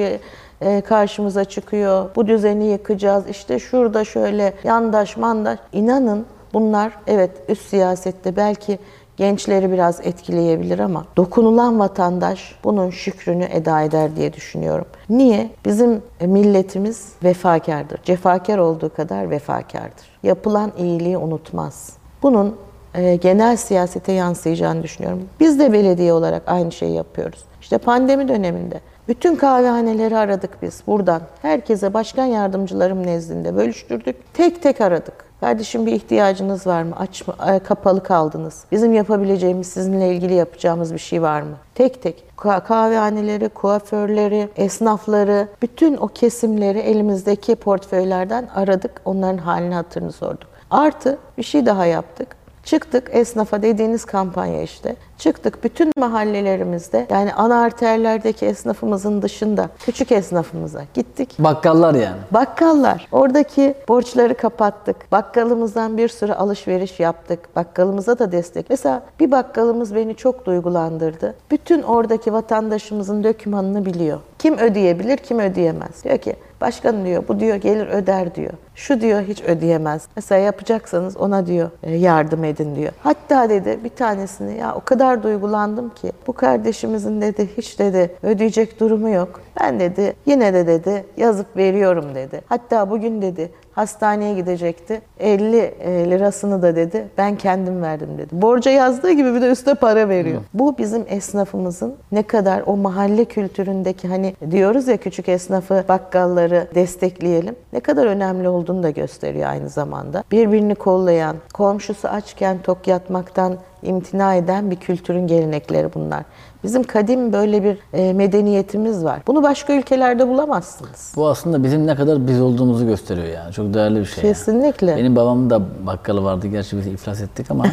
karşımıza çıkıyor. Bu düzeni yıkacağız. İşte şurada şöyle yandaş mandaş. İnanın bunlar evet üst siyasette belki gençleri biraz etkileyebilir ama dokunulan vatandaş bunun şükrünü eda eder diye düşünüyorum. Niye? Bizim milletimiz vefakardır. Cefakar olduğu kadar vefakardır. Yapılan iyiliği unutmaz. Bunun genel siyasete yansıyacağını düşünüyorum. Biz de belediye olarak aynı şeyi yapıyoruz. İşte pandemi döneminde bütün kahvehaneleri aradık biz buradan. Herkese başkan yardımcılarım nezdinde bölüştürdük. Tek tek aradık. Kardeşim bir ihtiyacınız var mı? Aç mı? Kapalı kaldınız. Bizim yapabileceğimiz, sizinle ilgili yapacağımız bir şey var mı? Tek tek kahvehaneleri, kuaförleri, esnafları, bütün o kesimleri elimizdeki portföylerden aradık. Onların halini hatırını sorduk. Artı bir şey daha yaptık. Çıktık esnafa dediğiniz kampanya işte. Çıktık bütün mahallelerimizde yani ana arterlerdeki esnafımızın dışında küçük esnafımıza gittik. Bakkallar yani. Bakkallar. Oradaki borçları kapattık. Bakkalımızdan bir sürü alışveriş yaptık. Bakkalımıza da destek. Mesela bir bakkalımız beni çok duygulandırdı. Bütün oradaki vatandaşımızın dökümanını biliyor. Kim ödeyebilir, kim ödeyemez. Diyor ki başkan diyor bu diyor gelir öder diyor. Şu diyor hiç ödeyemez. Mesela yapacaksanız ona diyor yardım edin diyor. Hatta dedi bir tanesini ya o kadar duygulandım ki bu kardeşimizin dedi hiç dedi ödeyecek durumu yok. Ben dedi yine de dedi yazıp veriyorum dedi. Hatta bugün dedi hastaneye gidecekti. 50 lirasını da dedi ben kendim verdim dedi. Borca yazdığı gibi bir de üstüne para veriyor. Bu bizim esnafımızın ne kadar o mahalle kültüründeki hani diyoruz ya küçük esnafı, bakkalları destekleyelim. Ne kadar önemli olduğunu da gösteriyor aynı zamanda. Birbirini kollayan, komşusu açken tok yatmaktan imtina eden bir kültürün gelenekleri bunlar. Bizim kadim böyle bir medeniyetimiz var. Bunu başka ülkelerde bulamazsınız. Bu aslında bizim ne kadar biz olduğumuzu gösteriyor yani. Çok değerli bir şey. Kesinlikle. Yani. Benim babamın da bakkalı vardı. Gerçi biz iflas ettik ama.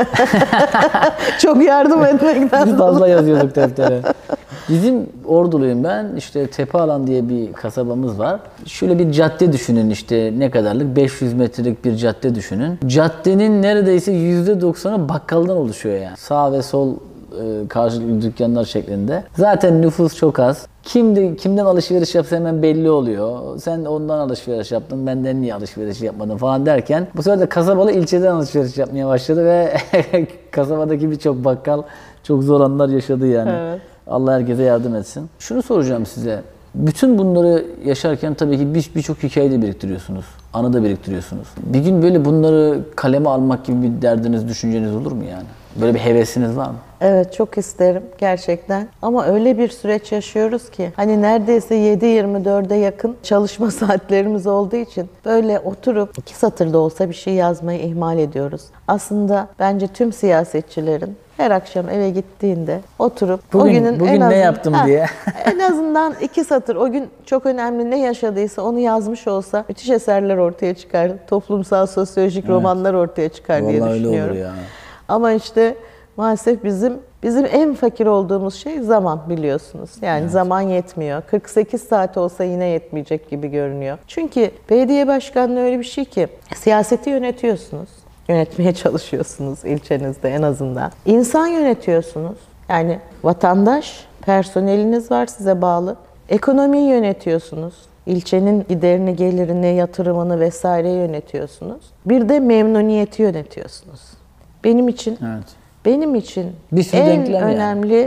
Çok yardım etmekten Biz fazla yazıyorduk deftere. Bizim Orduluyum ben. İşte Tepealan diye bir kasabamız var. Şöyle bir cadde düşünün işte ne kadarlık? 500 metrelik bir cadde düşünün. Caddenin neredeyse %90'ı bakkaldan oluşuyor yani. Sağ ve sol karşılıklı dükkanlar şeklinde. Zaten nüfus çok az. Kimden alışveriş yapsa hemen belli oluyor. Sen ondan alışveriş yaptın, benden niye alışveriş yapmadın falan derken bu sefer de kasabalı ilçeden alışveriş yapmaya başladı ve kasabadaki birçok bakkal çok zor anlar yaşadı yani. Evet. Allah herkese yardım etsin. Şunu soracağım size. Bütün bunları yaşarken tabii ki birçok hikaye de biriktiriyorsunuz. Anı da biriktiriyorsunuz. Bir gün böyle bunları kaleme almak gibi bir derdiniz, düşünceniz olur mu yani? Böyle bir hevesiniz var mı? Evet, çok isterim gerçekten. Ama öyle bir süreç yaşıyoruz ki hani neredeyse 7-24'e yakın çalışma saatlerimiz olduğu için böyle oturup 2 satırda olsa bir şey yazmayı ihmal ediyoruz. Aslında bence tüm siyasetçilerin her akşam eve gittiğinde oturup Bugün o günün en azından, ne yaptım diye. en azından 2 satır o gün çok önemli ne yaşadıysa onu yazmış olsa müthiş eserler ortaya çıkar. Toplumsal, sosyolojik romanlar ortaya çıkar diye Vallahi öyle düşünüyorum. olur ya. Ama işte maalesef bizim en fakir olduğumuz şey zaman, biliyorsunuz. Yani zaman yetmiyor. 48 saat olsa yine yetmeyecek gibi görünüyor. Çünkü belediye başkanlığı öyle bir şey ki siyaseti yönetiyorsunuz. Yönetmeye çalışıyorsunuz ilçenizde en azından. İnsan yönetiyorsunuz. Yani vatandaş, personeliniz var size bağlı. Ekonomiyi yönetiyorsunuz. İlçenin giderini, gelirini, yatırımını vesaire yönetiyorsunuz. Bir de memnuniyeti yönetiyorsunuz. Benim için Bir sürü en denklem yani.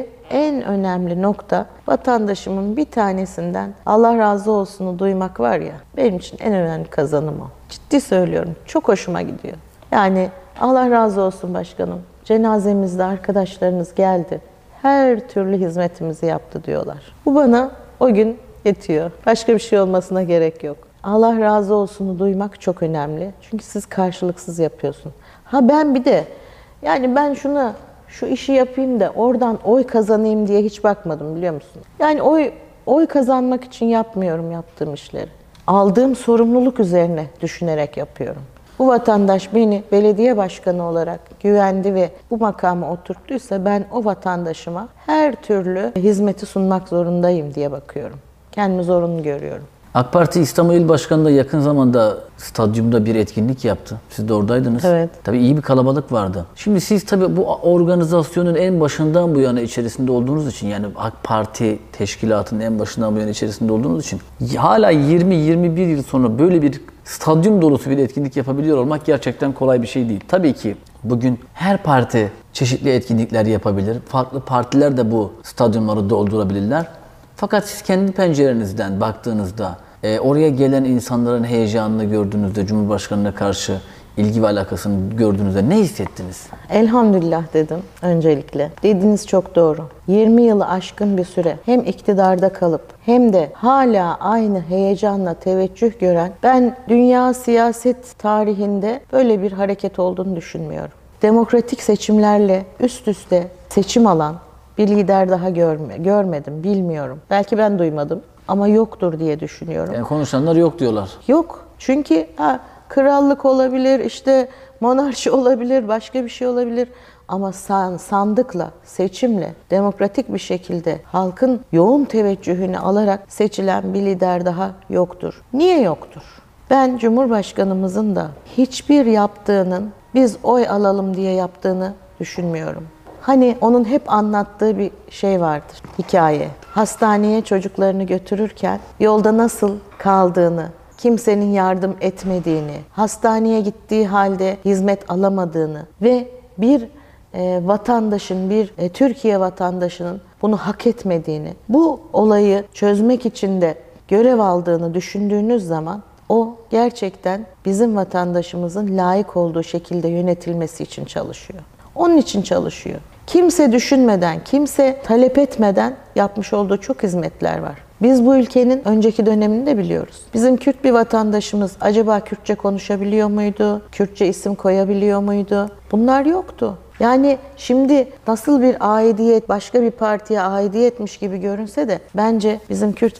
önemli nokta vatandaşımın bir tanesinden Allah razı olsunu duymak var ya, benim için en önemli kazanım o. Ciddi söylüyorum. Çok hoşuma gidiyor. Yani Allah razı olsun başkanım. Cenazemizde arkadaşlarınız geldi. Her türlü hizmetimizi yaptı diyorlar. Bu bana o gün yetiyor. Başka bir şey olmasına gerek yok. Allah razı olsunu duymak çok önemli. Çünkü siz karşılıksız yapıyorsun. Ben bir de yani ben şu işi yapayım da oradan oy kazanayım diye hiç bakmadım, biliyor musun? Yani oy kazanmak için yapmıyorum yaptığım işleri. Aldığım sorumluluk üzerine düşünerek yapıyorum. Bu vatandaş beni belediye başkanı olarak güvendi ve bu makama oturttuysa ben o vatandaşıma her türlü hizmeti sunmak zorundayım diye bakıyorum. Kendimi zorunlu görüyorum. AK Parti İstanbul İl Başkanı da yakın zamanda stadyumda bir etkinlik yaptı. Siz de oradaydınız. Evet. Tabii iyi bir kalabalık vardı. Şimdi siz tabii bu organizasyonun en başından bu yana içerisinde olduğunuz için, yani AK Parti teşkilatının en başından bu yana içerisinde olduğunuz için hala 20-21 yıl sonra böyle bir stadyum dolusu bir etkinlik yapabiliyor olmak gerçekten kolay bir şey değil. Tabii ki bugün her parti çeşitli etkinlikler yapabilir. Farklı partiler de bu stadyumları doldurabilirler. Fakat siz kendi pencerenizden baktığınızda, oraya gelen insanların heyecanını gördüğünüzde, Cumhurbaşkanı'na karşı ilgi ve alakasını gördüğünüzde ne hissettiniz? Elhamdülillah dedim öncelikle. Dediğiniz çok doğru. 20 yılı aşkın bir süre hem iktidarda kalıp hem de hala aynı heyecanla teveccüh gören, ben dünya siyaset tarihinde böyle bir hareket olduğunu düşünmüyorum. Demokratik seçimlerle üst üste seçim alan bir lider daha görmedim, bilmiyorum. Belki ben duymadım ama yoktur diye düşünüyorum. Yani konuşanlar yok diyorlar. Yok. Çünkü krallık olabilir, işte monarşi olabilir, başka bir şey olabilir. Ama sandıkla, seçimle, demokratik bir şekilde halkın yoğun teveccühünü alarak seçilen bir lider daha yoktur. Niye yoktur? Ben Cumhurbaşkanımızın da hiçbir yaptığının biz oy alalım diye yaptığını düşünmüyorum. Hani onun hep anlattığı bir şey vardır, hikaye. Hastaneye çocuklarını götürürken yolda nasıl kaldığını, kimsenin yardım etmediğini, hastaneye gittiği halde hizmet alamadığını ve bir vatandaşın, bir Türkiye vatandaşının bunu hak etmediğini, bu olayı çözmek için de görev aldığını düşündüğünüz zaman o gerçekten bizim vatandaşımızın layık olduğu şekilde yönetilmesi için çalışıyor. Onun için çalışıyor. Kimse düşünmeden, kimse talep etmeden yapmış olduğu çok hizmetler var. Biz bu ülkenin önceki dönemini de biliyoruz. Bizim Kürt bir vatandaşımız acaba Kürtçe konuşabiliyor muydu? Kürtçe isim koyabiliyor muydu? Bunlar yoktu. Yani şimdi nasıl bir aidiyet, başka bir partiye aidiyetmiş gibi görünse de bence bizim Kürt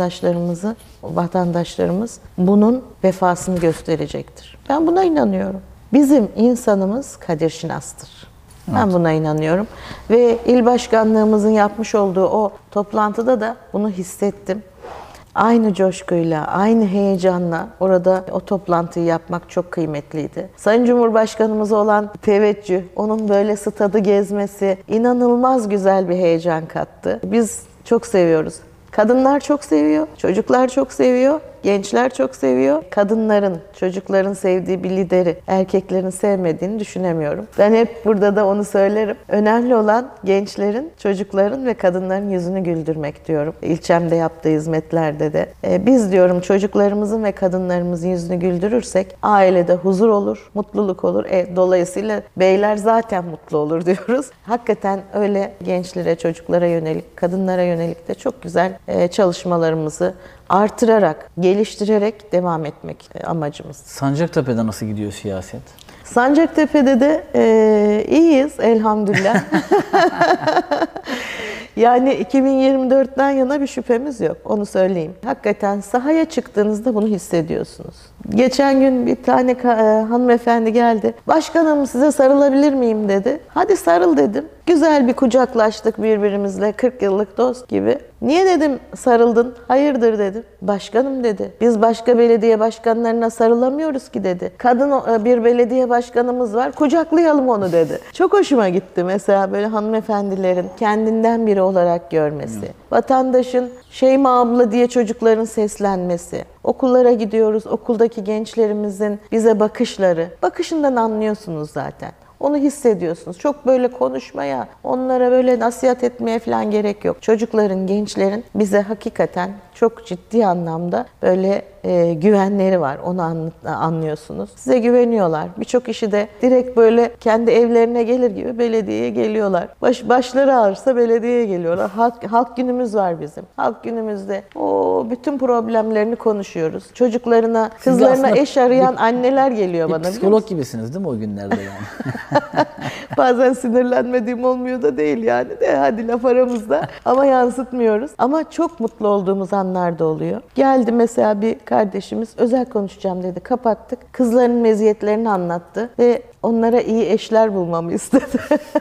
vatandaşlarımız bunun vefasını gösterecektir. Ben buna inanıyorum. Bizim insanımız kadirşinastır. Ben buna inanıyorum. Ve il başkanlığımızın yapmış olduğu o toplantıda da bunu hissettim. aynı coşkuyla, aynı heyecanla orada o toplantıyı yapmak çok kıymetliydi. Sayın Cumhurbaşkanımıza olan teveccüh, onun böyle stadı gezmesi inanılmaz güzel bir heyecan kattı. Biz çok seviyoruz. Kadınlar çok seviyor, çocuklar çok seviyor, gençler çok seviyor. Kadınların, çocukların sevdiği bir lideri erkeklerin sevmediğini düşünemiyorum. Ben hep burada da onu söylerim. Önemli olan gençlerin, çocukların ve kadınların yüzünü güldürmek diyorum. İlçemde yaptığı hizmetlerde de. Biz diyorum çocuklarımızın ve kadınlarımızın yüzünü güldürürsek ailede huzur olur, mutluluk olur. Dolayısıyla beyler zaten mutlu olur diyoruz. Hakikaten öyle gençlere, çocuklara yönelik, kadınlara yönelik de çok güzel çalışmalarımızı artırarak, geliştirerek devam etmek amacımız. Sancaktepe'de nasıl gidiyor siyaset? Sancaktepe'de de iyiyiz elhamdülillah. Yani 2024'ten yana bir şüphemiz yok, onu söyleyeyim. Hakikaten sahaya çıktığınızda bunu hissediyorsunuz. Geçen gün bir tane hanımefendi geldi. Başkanım size sarılabilir miyim dedi. Hadi sarıl dedim. Güzel bir kucaklaştık birbirimizle 40 yıllık dost gibi. Niye dedim sarıldın? Hayırdır dedim. Başkanım dedi. Biz başka belediye başkanlarına sarılamıyoruz ki dedi. Kadın bir belediye başkanımız var. Kucaklayalım onu dedi. Çok hoşuma gitti mesela böyle hanımefendilerin kendinden biri olarak görmesi. Vatandaşın Şeyma abla diye çocukların seslenmesi. Okullara gidiyoruz. Okuldaki gençlerimizin bize bakışları. Bakışından anlıyorsunuz zaten. Onu hissediyorsunuz. Çok böyle konuşmaya, onlara böyle nasihat etmeye falan gerek yok. Çocukların, gençlerin bize hakikaten çok ciddi anlamda böyle güvenleri var. Onu anlıyorsunuz. Size güveniyorlar. Birçok işi de direkt böyle kendi evlerine gelir gibi belediyeye geliyorlar. Başları ağrırsa belediyeye geliyorlar. Halk günümüz var bizim. Halk günümüzde bütün problemlerini konuşuyoruz. Çocuklarına, kızlarına eş arayan anneler geliyor bana. Psikolog gibisiniz değil mi o günlerde yani? Bazen sinirlenmediğim olmuyor da değil yani de hadi laf aramızda ama yansıtmıyoruz. Ama çok mutlu olduğumuz anlar da oluyor. Geldi mesela bir kardeşimiz özel konuşacağım dedi. Kapattık. Kızların meziyetlerini anlattı ve onlara iyi eşler bulmamı istedi.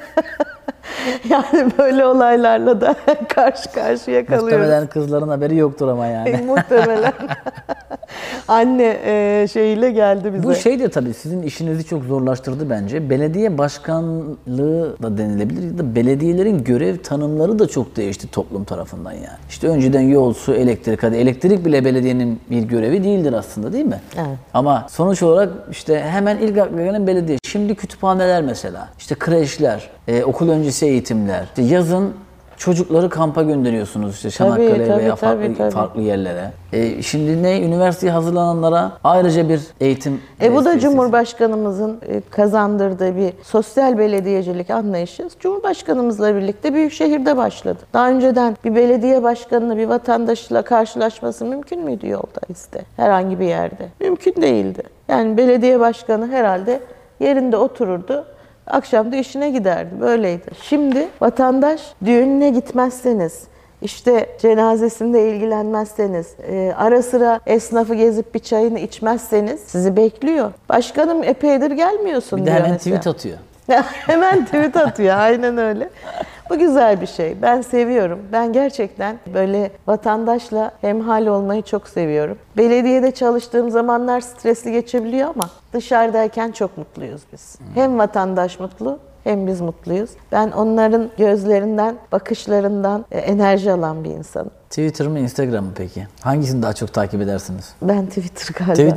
Yani böyle olaylarla da karşı karşıya kalıyoruz. Muhtemelen kızların haberi yoktur ama yani. Muhtemelen. Anne şeyiyle geldi bize. Bu şey de tabii sizin işinizi çok zorlaştırdı bence. Belediye başkanlığı da denilebilir ya da belediyelerin görev tanımları da çok değişti toplum tarafından yani. İşte önceden yol, su, elektrik, hadi elektrik bile belediyenin bir görevi değildir aslında değil mi? Evet. Ama sonuç olarak işte hemen ilk akla gelen belediye. Şimdi kütüphaneler mesela, işte kreşler, okul öncesi eğitimler, işte yazın çocukları kampa gönderiyorsunuz işte Çanakkale veya farklı yerlere. Şimdi üniversiteye hazırlananlara ayrıca bir eğitim bu da Cumhurbaşkanımızın kazandırdığı bir sosyal belediyecilik anlayışı. Cumhurbaşkanımızla birlikte Büyükşehir'de başladı. Daha önceden bir belediye başkanına bir vatandaşla karşılaşması mümkün müydü yolda herhangi bir yerde? Mümkün değildi. Yani belediye başkanı herhalde yerinde otururdu. Akşam da işine giderdi. Böyleydi. Şimdi vatandaş düğününe gitmezseniz, işte cenazesinde ilgilenmezseniz, ara sıra esnafı gezip bir çayını içmezseniz sizi bekliyor. Başkanım epeydir gelmiyorsun bir diyor de hemen mesela. tweet atıyor. Hemen tweet atıyor. Aynen öyle. Bu güzel bir şey. Ben seviyorum. Ben gerçekten böyle vatandaşla hemhal olmayı çok seviyorum. Belediyede çalıştığım zamanlar stresli geçebiliyor ama dışarıdayken çok mutluyuz biz. Hem vatandaş mutlu hem biz mutluyuz. Ben onların gözlerinden, bakışlarından enerji alan bir insanım. Twitter mı Instagram mı peki? Hangisini daha çok takip edersiniz? Ben Twitter galiba.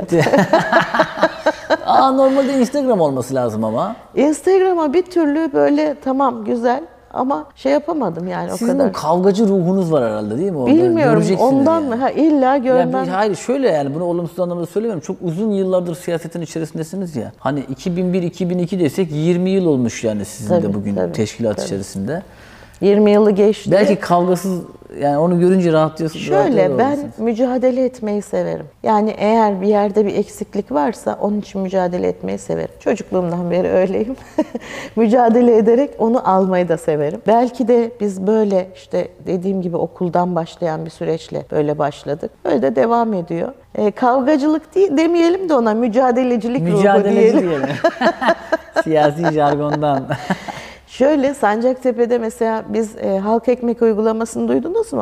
Normalde Instagram olması lazım ama. Instagram'a bir türlü böyle tamam güzel ama yapamadım yani Sizin o kadar. o kavgacı ruhunuz var herhalde değil mi? Bilmiyorum ondan yani. mı? İlla görmem. Hayır şöyle yani bunu olumsuz anlamda söylemiyorum. Çok uzun yıllardır siyasetin içerisindesiniz ya. Hani 2001-2002 desek 20 yıl olmuş yani sizin de bugün teşkilat içerisinde. 20 yılı geçti. Belki kavgasız yani onu görünce rahatlıyorsunuz. Şöyle ben mücadele etmeyi severim. Yani eğer bir yerde bir eksiklik varsa onun için mücadele etmeyi severim. Çocukluğumdan beri öyleyim. Mücadele ederek onu almayı da severim. Belki de biz böyle işte dediğim gibi okuldan başlayan bir süreçle böyle başladık. Öyle de devam ediyor. Kavgacılık değil demeyelim de ona mücadelecilik ruhu diyelim. Siyasi jargondan. Şöyle Sancaktepe'de mesela biz halk ekmek uygulamasını duydunuz mu?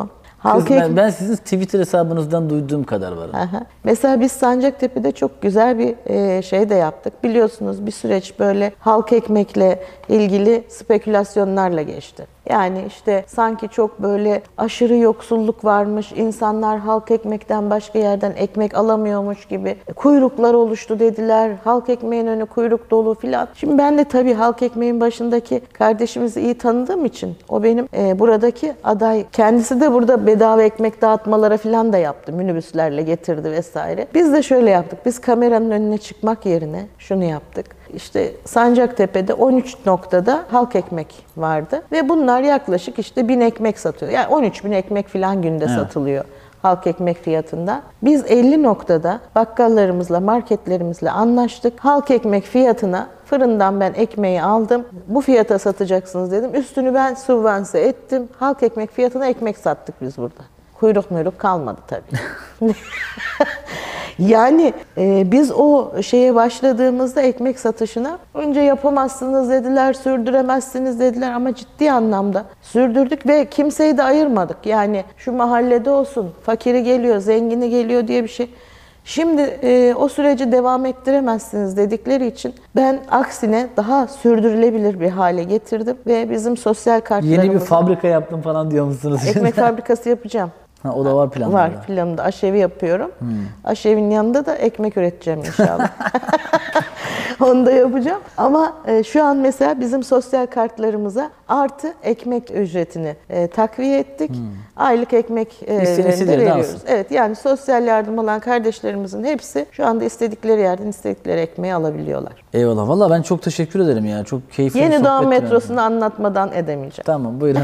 Ben sizin Twitter hesabınızdan duyduğum kadar varım. Aha. Mesela biz Sancaktepe'de çok güzel bir şey de yaptık. Biliyorsunuz bir süreç böyle halk ekmekle ilgili spekülasyonlarla geçti. Yani işte sanki çok böyle aşırı yoksulluk varmış, insanlar halk ekmekten başka yerden ekmek alamıyormuş gibi kuyruklar oluştu dediler. Halk ekmeğin önü kuyruk dolu filan. Şimdi ben de tabii halk ekmeğin başındaki kardeşimizi iyi tanıdığım için o benim buradaki aday. Kendisi de burada bedava ekmek dağıtmalara filan da yaptı. Minibüslerle getirdi vesaire. Biz de şöyle yaptık. Biz kameranın önüne çıkmak yerine şunu yaptık. İşte Sancaktepe'de 13 noktada halk ekmek vardı ve bunlar yaklaşık işte 1000 ekmek satıyor. Yani 13.000 ekmek filan günde satılıyor halk ekmek fiyatında. Biz 50 noktada bakkallarımızla, marketlerimizle anlaştık. Halk ekmek fiyatına fırından ben ekmeği aldım. Bu fiyata satacaksınız dedim. Üstünü ben sübvanse ettim. Halk ekmek fiyatına ekmek sattık biz burada. Kuyruk kalmadı tabii. Yani biz o şeye başladığımızda ekmek satışına önce yapamazsınız dediler, sürdüremezsiniz dediler ama ciddi anlamda sürdürdük ve kimseyi de ayırmadık. Yani şu mahallede olsun, fakiri geliyor, zengini geliyor diye bir şey. Şimdi o süreci devam ettiremezsiniz dedikleri için ben aksine daha sürdürülebilir bir hale getirdim ve bizim sosyal kartlarımızı... Yeni bir fabrika yaptım falan diyor musunuz? Ekmek fabrikası yapacağım. Ha, o da var planda. Var planımda. Aşevi yapıyorum. Aşevinin yanında da ekmek üreteceğim inşallah. Onu da yapacağım. Ama şu an mesela bizim sosyal kartlarımıza artı ekmek ücretini takviye ettik. Aylık ekmek ücretini de veriyoruz. Evet, yani sosyal yardım alan kardeşlerimizin hepsi şu anda istedikleri yerden istedikleri ekmeği alabiliyorlar. Eyvallah. Vallahi ben çok teşekkür ederim ya. Çok keyifli bir Yeni sohbetti. Doğan metrosunu anlatmadan edemeyeceğim. Tamam, buyurun.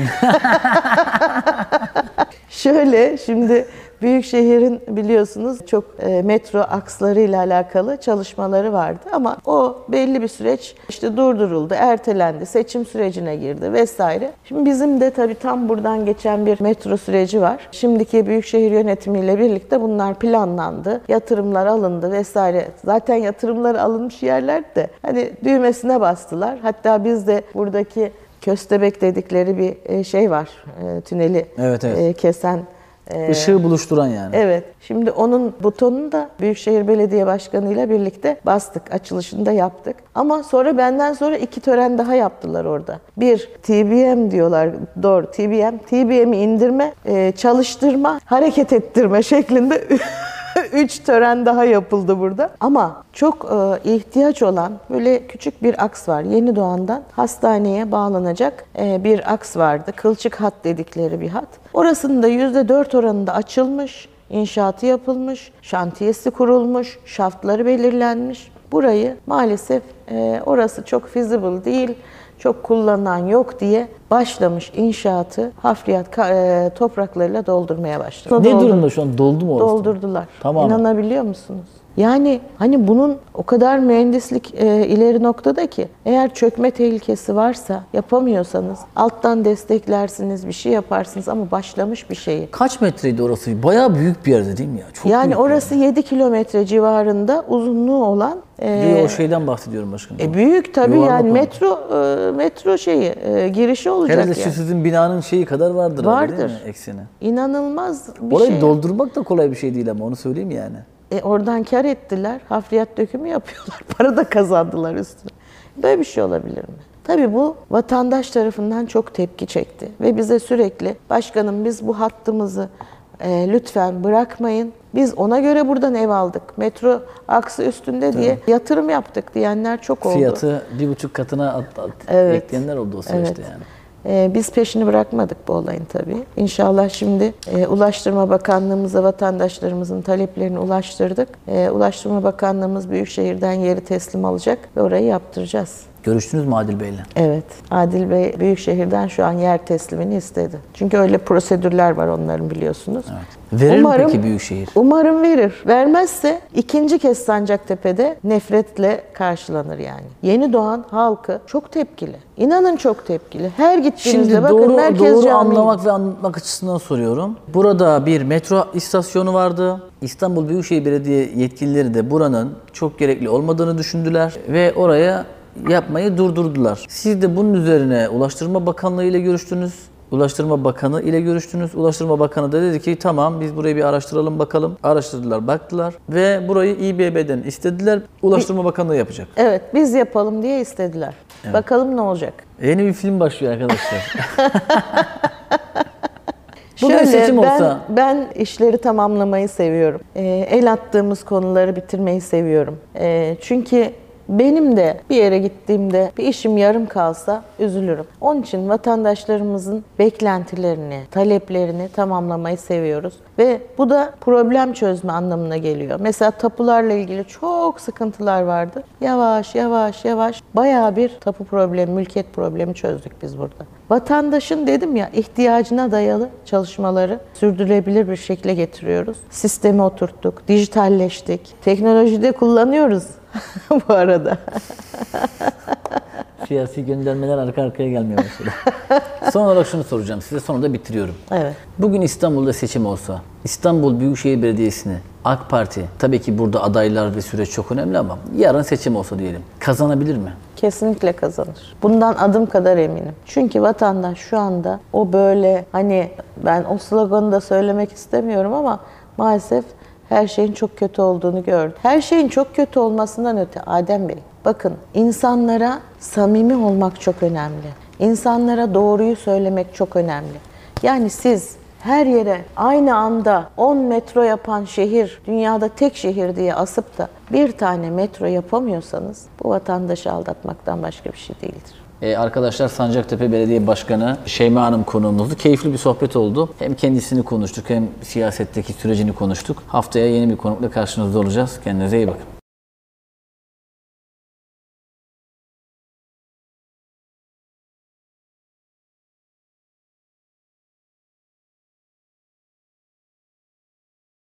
Şöyle, şimdi Büyükşehir'in biliyorsunuz çok metro akslarıyla alakalı çalışmaları vardı ama o belli bir süreç işte durduruldu, ertelendi, seçim sürecine girdi vesaire. Şimdi bizim de tabii tam buradan geçen bir metro süreci var. Şimdiki Büyükşehir yönetimiyle birlikte bunlar planlandı, yatırımlar alındı vesaire. Zaten yatırımlar alınmış yerler de hani düğmesine bastılar. Hatta biz de buradaki Köstebek dedikleri bir şey var, tüneli kesen. Işığı buluşturan yani. Evet. Şimdi onun butonunu da Büyükşehir Belediye Başkanı ile birlikte bastık. Açılışını da yaptık. Ama sonra benden sonra 2 tören daha yaptılar orada. Bir TBM diyorlar. Doğru TBM. TBM'i indirme, çalıştırma, hareket ettirme şeklinde 3 tören daha yapıldı burada. Ama çok ihtiyaç olan böyle küçük bir aks var. Yeni Doğan'dan hastaneye bağlanacak bir aks vardı. Kılçık hat dedikleri bir hat. Orasının da %4 oranında açılmış, inşaatı yapılmış, şantiyesi kurulmuş, şaftları belirlenmiş. Burayı maalesef orası çok feasible değil, çok kullanılan yok diye başlamış inşaatı hafriyat topraklarıyla doldurmaya başladı. Ne durumda şu an? Doldu mu orası? Doldurdular. Tamam. İnanabiliyor musunuz? Yani hani bunun o kadar mühendislik ileri noktada ki eğer çökme tehlikesi varsa yapamıyorsanız alttan desteklersiniz, bir şey yaparsınız ama başlamış bir şeyi. Kaç metreydi orası? Bayağı büyük bir yerde değil mi ya? Çok yani büyük orası 7 kilometre civarında uzunluğu olan o şeyden bahsediyorum başkanım. Büyük tabii Yuvarlak yani olan. metro şeyi girişi olacak Herhalde yani. şu sizin binanın şeyi kadar vardır. Vardır. Değil mi? Ekseni. İnanılmaz bir Orayı şey. doldurmak da kolay bir şey değil ama onu söyleyeyim yani. Oradan kar ettiler, hafriyat dökümü yapıyorlar, para da kazandılar üstüne. Böyle bir şey olabilir mi? Tabii bu vatandaş tarafından çok tepki çekti ve bize sürekli başkanım biz bu hattımızı lütfen bırakmayın. Biz ona göre buradan ev aldık. Metro aksı üstünde diye yatırım yaptık diyenler çok oldu. Fiyatı 1,5 katına ekleyenler oldu o süreçte yani. Biz peşini bırakmadık bu olayın tabii. İnşallah şimdi Ulaştırma Bakanlığımıza vatandaşlarımızın taleplerini ulaştırdık. Ulaştırma Bakanlığımız Büyükşehir'den yeri teslim alacak ve orayı yaptıracağız. Görüştünüz mü Adil Bey'le? Evet. Adil Bey Büyükşehir'den şu an yer teslimini istedi. Çünkü öyle prosedürler var onların biliyorsunuz. Evet. Verir mi peki Büyükşehir? Umarım verir. Vermezse ikinci kez Sancaktepe'de nefretle karşılanır yani. Yeni Doğan halkı çok tepkili. İnanın çok tepkili. Her gittiğinizde Şimdi bakın herkes doğru cami. anlamak ve anlatmak açısından soruyorum. Burada bir metro istasyonu vardı. İstanbul Büyükşehir Belediye yetkilileri de buranın çok gerekli olmadığını düşündüler ve oraya yapmayı durdurdular. Siz de bunun üzerine Ulaştırma Bakanlığı ile görüştünüz. Ulaştırma Bakanı ile görüştünüz. Ulaştırma Bakanı da dedi ki tamam biz burayı bir araştıralım bakalım. Araştırdılar, baktılar ve burayı İBB'den istediler. Ulaştırma Bakanlığı yapacak. Evet, biz yapalım diye istediler. Bakalım ne olacak? Yeni bir film başlıyor arkadaşlar. Bugün Şöyle, seçim olsa... ben işleri tamamlamayı seviyorum. El attığımız konuları bitirmeyi seviyorum. Çünkü benim de bir yere gittiğimde bir işim yarım kalsa üzülürüm. Onun için vatandaşlarımızın beklentilerini, taleplerini tamamlamayı seviyoruz. Ve bu da problem çözme anlamına geliyor. Mesela tapularla ilgili çok sıkıntılar vardı. Yavaş yavaş bayağı bir tapu problemi, mülkiyet problemi çözdük biz burada. Vatandaşın dedim ya ihtiyacına dayalı çalışmaları sürdürülebilir bir şekilde getiriyoruz. Sistemi oturttuk, dijitalleştik. Teknolojide kullanıyoruz bu arada. Siyasi göndermeler arka arkaya gelmeye başladı. Son olarak şunu soracağım size, sonra da bitiriyorum. Evet. Bugün İstanbul'da seçim olsa, İstanbul Büyükşehir Belediyesi'ni AK Parti, tabii ki burada adaylar ve süreç çok önemli ama yarın seçim olsa diyelim, kazanabilir mi? Kesinlikle kazanır. Bundan adım kadar eminim. Çünkü vatandaş şu anda o böyle hani ben o sloganı da söylemek istemiyorum ama maalesef her şeyin çok kötü olduğunu gördüm. Her şeyin çok kötü olmasından öte Adem Bey. Bakın insanlara samimi olmak çok önemli. İnsanlara doğruyu söylemek çok önemli. Yani siz her yere aynı anda 10 metro yapan şehir, dünyada tek şehir diye asıp da bir tane metro yapamıyorsanız bu vatandaşı aldatmaktan başka bir şey değildir. Arkadaşlar Sancaktepe Belediye Başkanı Şeyma Hanım konuğumuzdu. Keyifli bir sohbet oldu. Hem kendisini konuştuk hem siyasetteki sürecini konuştuk. Haftaya yeni bir konukla karşınızda olacağız. Kendinize iyi bakın.